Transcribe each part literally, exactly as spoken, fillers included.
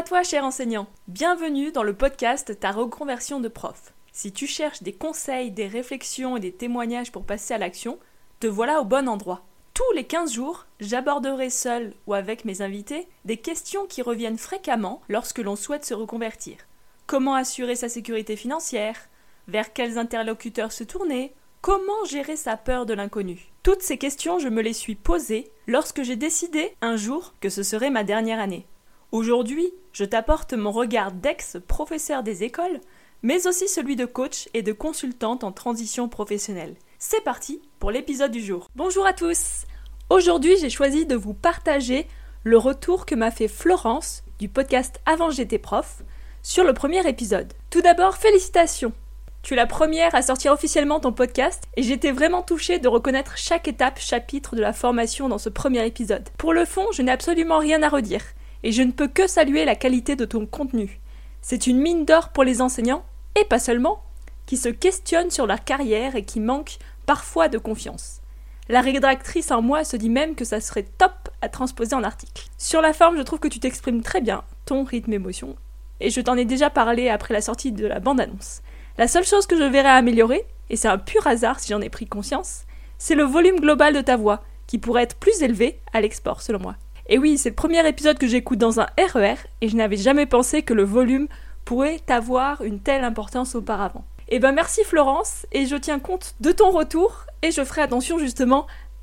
toi, cher enseignant. Bienvenue dans le podcast Ta reconversion de prof. Si tu cherches des conseils, des réflexions et des témoignages pour passer à l'action, te voilà au bon endroit. Tous les quinze jours, j'aborderai seul ou avec mes invités des questions qui reviennent fréquemment lorsque l'on souhaite se reconvertir. Comment assurer sa sécurité financière? Vers quels interlocuteurs se tourner? Comment gérer sa peur de l'inconnu? Toutes ces questions, je me les suis posées lorsque j'ai décidé un jour que ce serait ma dernière année. Aujourd'hui, je t'apporte mon regard d'ex-professeur des écoles, mais aussi celui de coach et de consultante en transition professionnelle. C'est parti pour l'épisode du jour. Bonjour à tous! Aujourd'hui, j'ai choisi de vous partager le retour que m'a fait Florence du podcast Avant j'étais prof sur le premier épisode. Tout d'abord, félicitations! Tu es la première à sortir officiellement ton podcast et j'étais vraiment touchée de reconnaître chaque étape, chapitre de la formation dans ce premier épisode. Pour le fond, je n'ai absolument rien à redire et je ne peux que saluer la qualité de ton contenu. C'est une mine d'or pour les enseignants, et pas seulement, qui se questionnent sur leur carrière et qui manquent parfois de confiance. La rédactrice en moi se dit même que ça serait top à transposer en article. Sur la forme, je trouve que tu t'exprimes très bien, ton rythme émotion, et je t'en ai déjà parlé après la sortie de la bande-annonce. La seule chose que je verrais à améliorer, et c'est un pur hasard si j'en ai pris conscience, c'est le volume global de ta voix, qui pourrait être plus élevé à l'export selon moi. Et oui, c'est le premier épisode que j'écoute dans un R E R, et je n'avais jamais pensé que le volume pourrait avoir une telle importance auparavant. Eh ben merci Florence, et je tiens compte de ton retour, et je ferai attention justement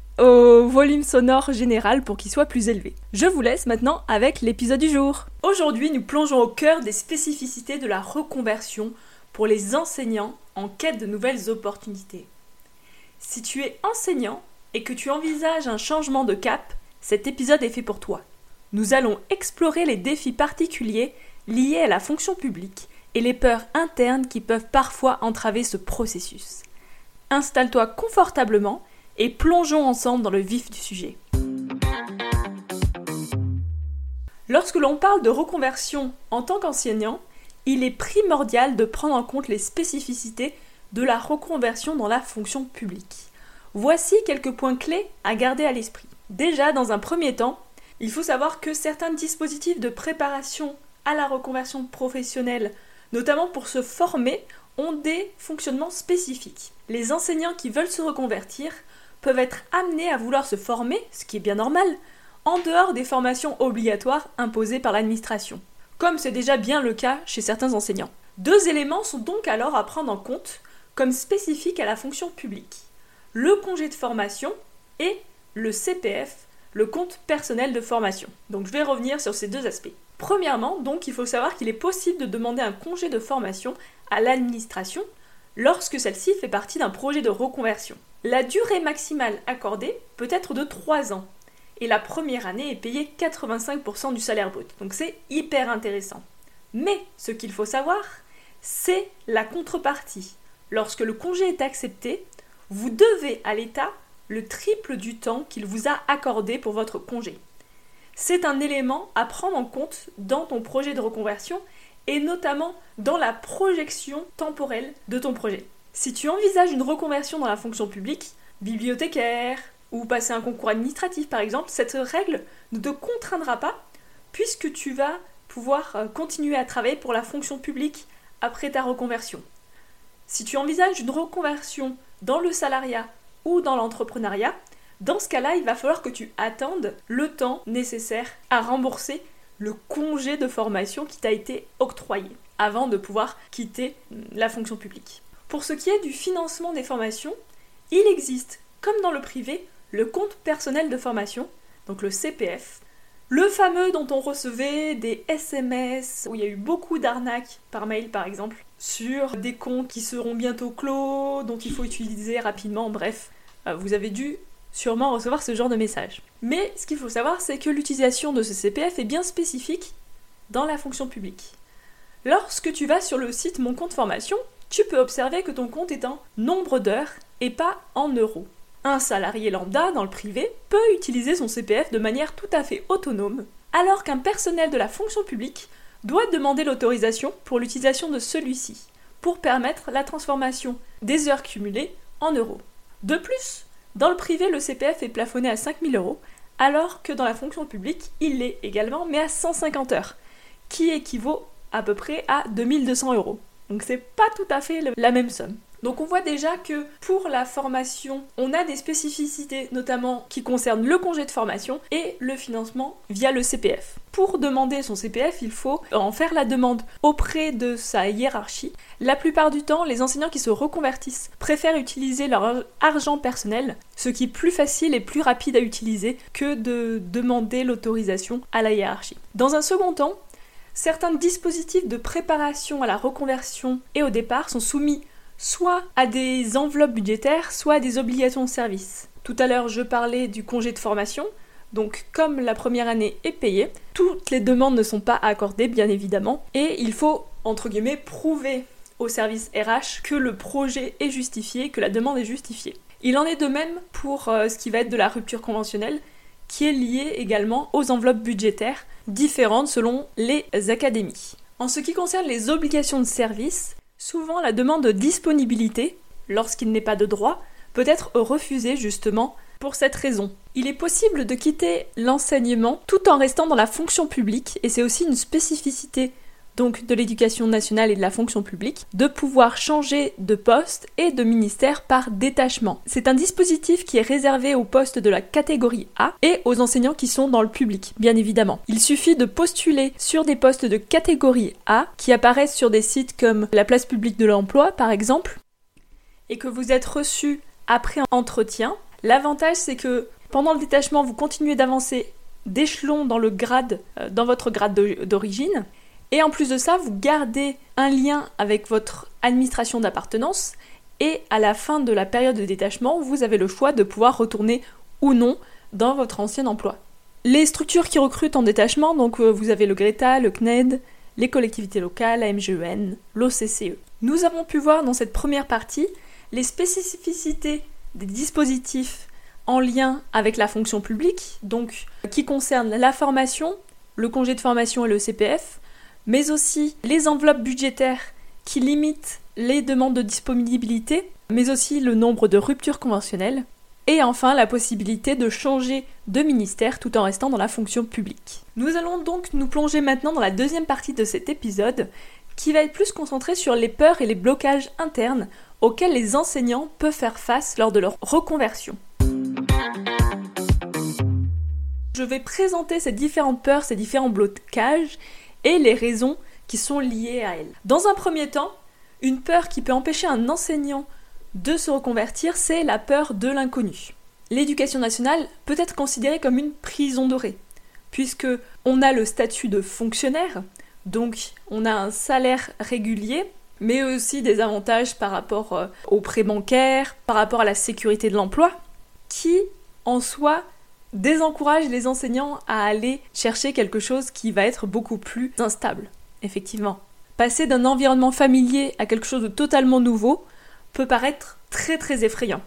au volume sonore général pour qu'il soit plus élevé. Je vous laisse maintenant avec l'épisode du jour. Aujourd'hui, nous plongeons au cœur des spécificités de la reconversion pour les enseignants en quête de nouvelles opportunités. Si tu es enseignant et que tu envisages un changement de cap, cet épisode est fait pour toi. Nous allons explorer les défis particuliers liés à la fonction publique et les peurs internes qui peuvent parfois entraver ce processus. Installe-toi confortablement et plongeons ensemble dans le vif du sujet. Lorsque l'on parle de reconversion en tant qu'enseignant, il est primordial de prendre en compte les spécificités de la reconversion dans la fonction publique. Voici quelques points clés à garder à l'esprit. Déjà, dans un premier temps, il faut savoir que certains dispositifs de préparation à la reconversion professionnelle, notamment pour se former, ont des fonctionnements spécifiques. Les enseignants qui veulent se reconvertir peuvent être amenés à vouloir se former, ce qui est bien normal, en dehors des formations obligatoires imposées par l'administration, comme c'est déjà bien le cas chez certains enseignants. Deux éléments sont donc alors à prendre en compte comme spécifiques à la fonction publique. Le congé de formation et le C P F, le compte personnel de formation. Donc je vais revenir sur ces deux aspects. Premièrement, donc, il faut savoir qu'il est possible de demander un congé de formation à l'administration lorsque celle-ci fait partie d'un projet de reconversion. La durée maximale accordée peut être de trois ans et la première année est payée quatre-vingt-cinq pour cent du salaire brut. Donc c'est hyper intéressant. Mais ce qu'il faut savoir, c'est la contrepartie. Lorsque le congé est accepté, vous devez à l'État le triple du temps qu'il vous a accordé pour votre congé. C'est un élément à prendre en compte dans ton projet de reconversion et notamment dans la projection temporelle de ton projet. Si tu envisages une reconversion dans la fonction publique, bibliothécaire ou passer un concours administratif par exemple, cette règle ne te contraindra pas puisque tu vas pouvoir continuer à travailler pour la fonction publique après ta reconversion. Si tu envisages une reconversion dans le salariat ou dans l'entrepreneuriat, dans ce cas-là, il va falloir que tu attendes le temps nécessaire à rembourser le congé de formation qui t'a été octroyé avant de pouvoir quitter la fonction publique. Pour ce qui est du financement des formations, il existe, comme dans le privé, le compte personnel de formation, donc le C P F, le fameux dont on recevait des S M S, où il y a eu beaucoup d'arnaques par mail par exemple, sur des comptes qui seront bientôt clos, dont il faut utiliser rapidement, bref, vous avez dû sûrement recevoir ce genre de message. Mais ce qu'il faut savoir, c'est que l'utilisation de ce C P F est bien spécifique dans la fonction publique. Lorsque tu vas sur le site Mon compte formation, tu peux observer que ton compte est en nombre d'heures et pas en euros. Un salarié lambda dans le privé peut utiliser son C P F de manière tout à fait autonome, alors qu'un personnel de la fonction publique doit demander l'autorisation pour l'utilisation de celui-ci, pour permettre la transformation des heures cumulées en euros. De plus, dans le privé, le C P F est plafonné à cinq mille euros, alors que dans la fonction publique, il l'est également, mais à cent cinquante heures, qui équivaut à peu près à deux mille deux cents euros. Donc c'est pas tout à fait la même somme. Donc on voit déjà que pour la formation, on a des spécificités notamment qui concernent le congé de formation et le financement via le C P F. Pour demander son C P F, il faut en faire la demande auprès de sa hiérarchie. La plupart du temps, les enseignants qui se reconvertissent préfèrent utiliser leur argent personnel, ce qui est plus facile et plus rapide à utiliser que de demander l'autorisation à la hiérarchie. Dans un second temps, certains dispositifs de préparation à la reconversion et au départ sont soumis soit à des enveloppes budgétaires, soit à des obligations de service. Tout à l'heure, je parlais du congé de formation. Donc, comme la première année est payée, toutes les demandes ne sont pas accordées, bien évidemment, et il faut, entre guillemets, prouver au service R H que le projet est justifié, que la demande est justifiée. Il en est de même pour euh, ce qui va être de la rupture conventionnelle, qui est liée également aux enveloppes budgétaires différentes selon les académies. En ce qui concerne les obligations de service, souvent la demande de disponibilité, lorsqu'il n'est pas de droit, peut être refusée justement pour cette raison. Il est possible de quitter l'enseignement tout en restant dans la fonction publique, et c'est aussi une spécificité donc de l'éducation nationale et de la fonction publique, de pouvoir changer de poste et de ministère par détachement. C'est un dispositif qui est réservé aux postes de la catégorie A et aux enseignants qui sont dans le public, bien évidemment. Il suffit de postuler sur des postes de catégorie A qui apparaissent sur des sites comme la place publique de l'emploi, par exemple, et que vous êtes reçu après un entretien. L'avantage, c'est que pendant le détachement, vous continuez d'avancer d'échelon dans le grade, euh, dans votre grade d'origine. Et en plus de ça, vous gardez un lien avec votre administration d'appartenance et à la fin de la période de détachement, vous avez le choix de pouvoir retourner ou non dans votre ancien emploi. Les structures qui recrutent en détachement, donc euh, vous avez le Greta, le C N E D, les collectivités locales, la M G E N, l'O C C E. Nous avons pu voir dans cette première partie les spécificités des dispositifs en lien avec la fonction publique, donc qui concernent la formation, le congé de formation et le C P F, mais aussi les enveloppes budgétaires qui limitent les demandes de disponibilité, mais aussi le nombre de ruptures conventionnelles, et enfin la possibilité de changer de ministère tout en restant dans la fonction publique. Nous allons donc nous plonger maintenant dans la deuxième partie de cet épisode, qui va être plus concentrée sur les peurs et les blocages internes auxquels les enseignants peuvent faire face lors de leur reconversion. Je vais présenter ces différentes peurs, ces différents blocages, et les raisons qui sont liées à elles. Dans un premier temps, une peur qui peut empêcher un enseignant de se reconvertir, c'est la peur de l'inconnu. L'éducation nationale peut être considérée comme une prison dorée, puisque on a le statut de fonctionnaire, donc on a un salaire régulier, mais aussi des avantages par rapport aux prêts bancaires, par rapport à la sécurité de l'emploi, qui, en soi, désencourage les enseignants à aller chercher quelque chose qui va être beaucoup plus instable, effectivement. Passer d'un environnement familier à quelque chose de totalement nouveau peut paraître très très effrayant.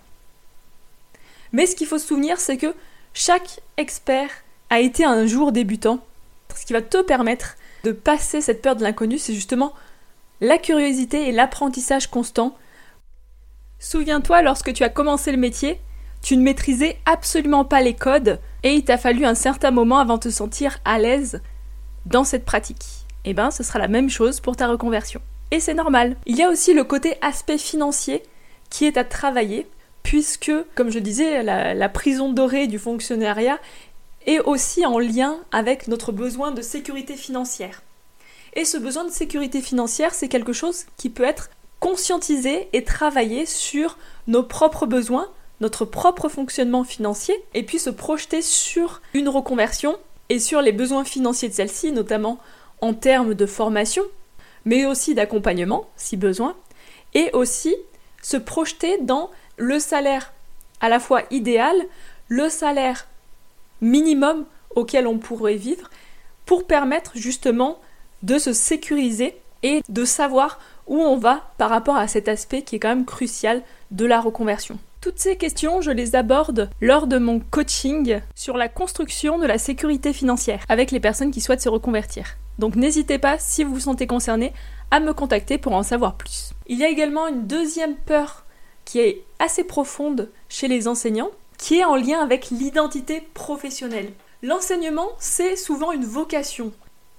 Mais ce qu'il faut se souvenir, c'est que chaque expert a été un jour débutant. Ce qui va te permettre de passer cette peur de l'inconnu, c'est justement la curiosité et l'apprentissage constant. Souviens-toi, lorsque tu as commencé le métier, tu ne maîtrisais absolument pas les codes et il t'a fallu un certain moment avant de te sentir à l'aise dans cette pratique. Et ben, ce sera la même chose pour ta reconversion. Et c'est normal. Il y a aussi le côté aspect financier qui est à travailler, puisque, comme je disais, la, la prison dorée du fonctionnariat est aussi en lien avec notre besoin de sécurité financière. Et ce besoin de sécurité financière, c'est quelque chose qui peut être conscientisé et travaillé sur nos propres besoins, notre propre fonctionnement financier, et puis se projeter sur une reconversion et sur les besoins financiers de celle-ci, notamment en termes de formation, mais aussi d'accompagnement, si besoin, et aussi se projeter dans le salaire à la fois idéal, le salaire minimum auquel on pourrait vivre, pour permettre justement de se sécuriser et de savoir où on va par rapport à cet aspect qui est quand même crucial de la reconversion. Toutes ces questions, je les aborde lors de mon coaching sur la construction de la sécurité financière avec les personnes qui souhaitent se reconvertir. Donc n'hésitez pas, si vous vous sentez concerné, à me contacter pour en savoir plus. Il y a également une deuxième peur qui est assez profonde chez les enseignants, qui est en lien avec l'identité professionnelle. L'enseignement, c'est souvent une vocation.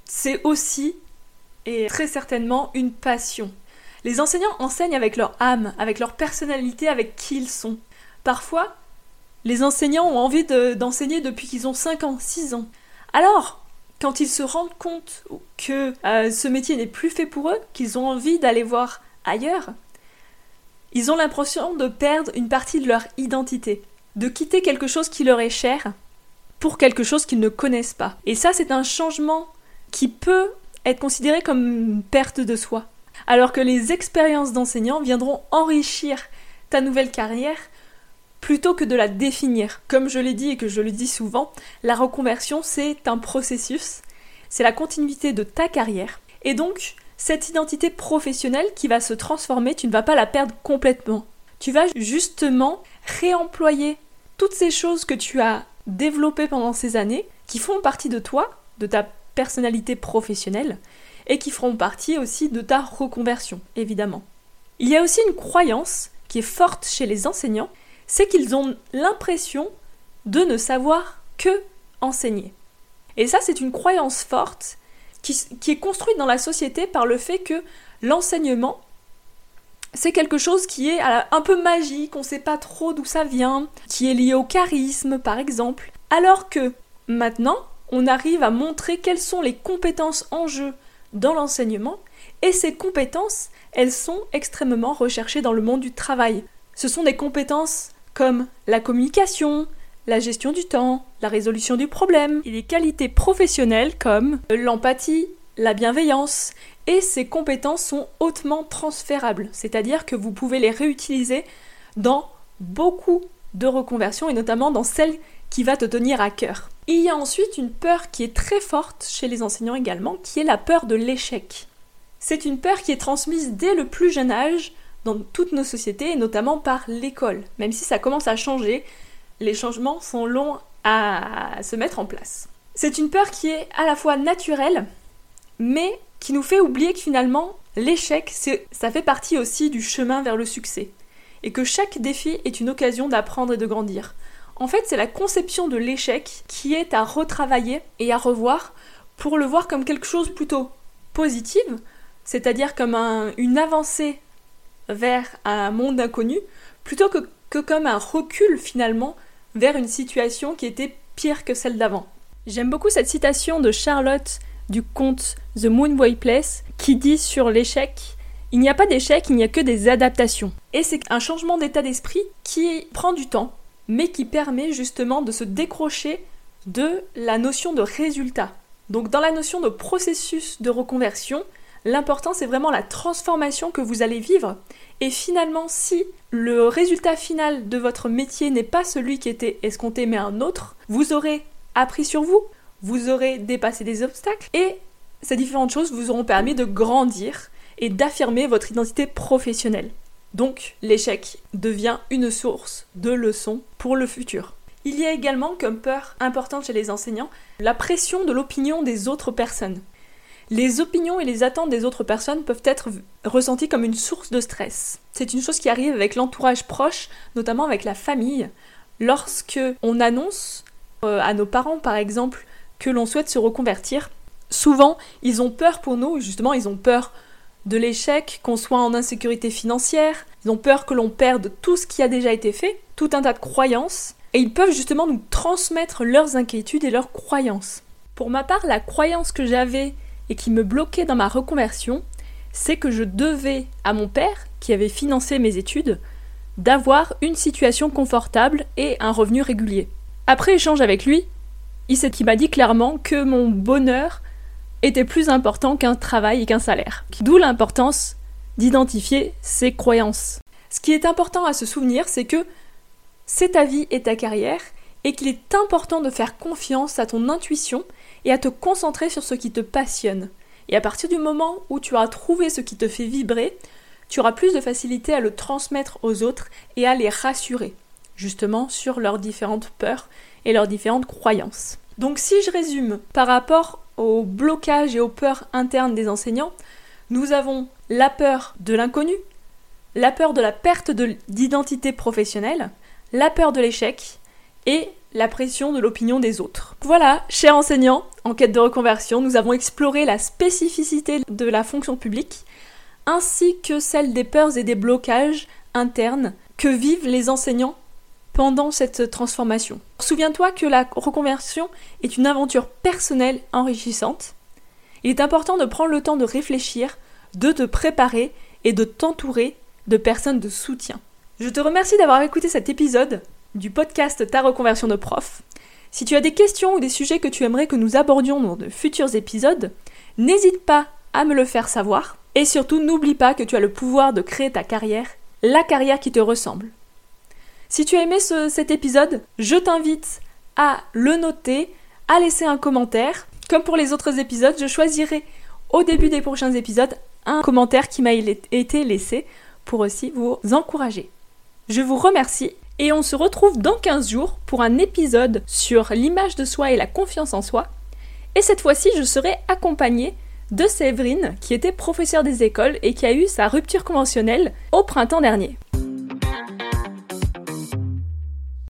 c'est aussi et très certainement une passion. Les enseignants enseignent avec leur âme, avec leur personnalité, avec qui ils sont. Parfois, les enseignants ont envie de, d'enseigner depuis qu'ils ont cinq ans, six ans. Alors, quand ils se rendent compte que euh, ce métier n'est plus fait pour eux, qu'ils ont envie d'aller voir ailleurs, ils ont l'impression de perdre une partie de leur identité, de quitter quelque chose qui leur est cher pour quelque chose qu'ils ne connaissent pas. Et ça, c'est un changement qui peut être considéré comme une perte de soi. Alors que les expériences d'enseignants viendront enrichir ta nouvelle carrière plutôt que de la définir. Comme je l'ai dit et que je le dis souvent, la reconversion, c'est un processus, c'est la continuité de ta carrière. Et donc, cette identité professionnelle qui va se transformer, tu ne vas pas la perdre complètement. Tu vas justement réemployer toutes ces choses que tu as développées pendant ces années, qui font partie de toi, de ta personnalité professionnelle, et qui feront partie aussi de ta reconversion, évidemment. Il y a aussi une croyance qui est forte chez les enseignants, c'est qu'ils ont l'impression de ne savoir que enseigner. Et ça, c'est une croyance forte qui, qui est construite dans la société par le fait que l'enseignement, c'est quelque chose qui est un peu magique, on ne sait pas trop d'où ça vient, qui est lié au charisme, par exemple. Alors que maintenant, on arrive à montrer quelles sont les compétences en jeu dans l'enseignement, et ces compétences, elles sont extrêmement recherchées dans le monde du travail. Ce sont des compétences comme la communication, la gestion du temps, la résolution du problème, et des qualités professionnelles comme l'empathie, la bienveillance, et ces compétences sont hautement transférables, c'est-à-dire que vous pouvez les réutiliser dans beaucoup de reconversions, et notamment dans celle qui va te tenir à cœur. Il y a ensuite une peur qui est très forte chez les enseignants également, qui est la peur de l'échec. C'est une peur qui est transmise dès le plus jeune âge dans toutes nos sociétés, et notamment par l'école. Même si ça commence à changer, les changements sont longs à se mettre en place. C'est une peur qui est à la fois naturelle, mais qui nous fait oublier que finalement, l'échec, c'est, ça fait partie aussi du chemin vers le succès. Et que chaque défi est une occasion d'apprendre et de grandir. En fait, c'est la conception de l'échec qui est à retravailler et à revoir pour le voir comme quelque chose plutôt positif, c'est-à-dire comme un, une avancée vers un monde inconnu, plutôt que, que comme un recul finalement vers une situation qui était pire que celle d'avant. J'aime beaucoup cette citation de Charlotte du conte The Moonboy Place qui dit sur l'échec « Il n'y a pas d'échec, il n'y a que des adaptations ». Et c'est un changement d'état d'esprit qui prend du temps, mais qui permet justement de se décrocher de la notion de résultat. Donc dans la notion de processus de reconversion, l'important c'est vraiment la transformation que vous allez vivre. Et finalement, si le résultat final de votre métier n'est pas celui qui était escompté mais un autre, vous aurez appris sur vous, vous aurez dépassé des obstacles et ces différentes choses vous auront permis de grandir et d'affirmer votre identité professionnelle. Donc, l'échec devient une source de leçons pour le futur. Il y a également, comme peur importante chez les enseignants, la pression de l'opinion des autres personnes. Les opinions et les attentes des autres personnes peuvent être ressenties comme une source de stress. C'est une chose qui arrive avec l'entourage proche, notamment avec la famille. Lorsque on annonce euh, à nos parents, par exemple, que l'on souhaite se reconvertir, souvent, ils ont peur pour nous, justement, ils ont peur de l'échec, qu'on soit en insécurité financière, ils ont peur que l'on perde tout ce qui a déjà été fait, tout un tas de croyances, et ils peuvent justement nous transmettre leurs inquiétudes et leurs croyances. Pour ma part, la croyance que j'avais et qui me bloquait dans ma reconversion, c'est que je devais à mon père, qui avait financé mes études, d'avoir une situation confortable et un revenu régulier. Après échange avec lui, il s'est, il m'a dit clairement que mon bonheur était plus important qu'un travail et qu'un salaire. D'où l'importance d'identifier ses croyances. Ce qui est important à se souvenir, c'est que c'est ta vie et ta carrière, et qu'il est important de faire confiance à ton intuition et à te concentrer sur ce qui te passionne. Et à partir du moment où tu auras trouvé ce qui te fait vibrer, tu auras plus de facilité à le transmettre aux autres et à les rassurer, justement sur leurs différentes peurs et leurs différentes croyances. Donc si je résume par rapport au blocage et aux peurs internes des enseignants, nous avons la peur de l'inconnu, la peur de la perte de, d'identité professionnelle, la peur de l'échec et la pression de l'opinion des autres. Voilà, chers enseignants, en quête de reconversion, nous avons exploré la spécificité de la fonction publique, ainsi que celle des peurs et des blocages internes que vivent les enseignants pendant cette transformation. Souviens-toi que la reconversion est une aventure personnelle enrichissante. Il est important de prendre le temps de réfléchir, de te préparer et de t'entourer de personnes de soutien. Je te remercie d'avoir écouté cet épisode du podcast Ta reconversion de prof. Si tu as des questions ou des sujets que tu aimerais que nous abordions dans de futurs épisodes, n'hésite pas à me le faire savoir. Et surtout, n'oublie pas que tu as le pouvoir de créer ta carrière, la carrière qui te ressemble. Si tu as aimé ce, cet épisode, je t'invite à le noter, à laisser un commentaire. Comme pour les autres épisodes, je choisirai au début des prochains épisodes un commentaire qui m'a été laissé pour aussi vous encourager. Je vous remercie et on se retrouve dans quinze jours pour un épisode sur l'image de soi et la confiance en soi. Et cette fois-ci, je serai accompagnée de Séverine, qui était professeure des écoles et qui a eu sa rupture conventionnelle au printemps dernier.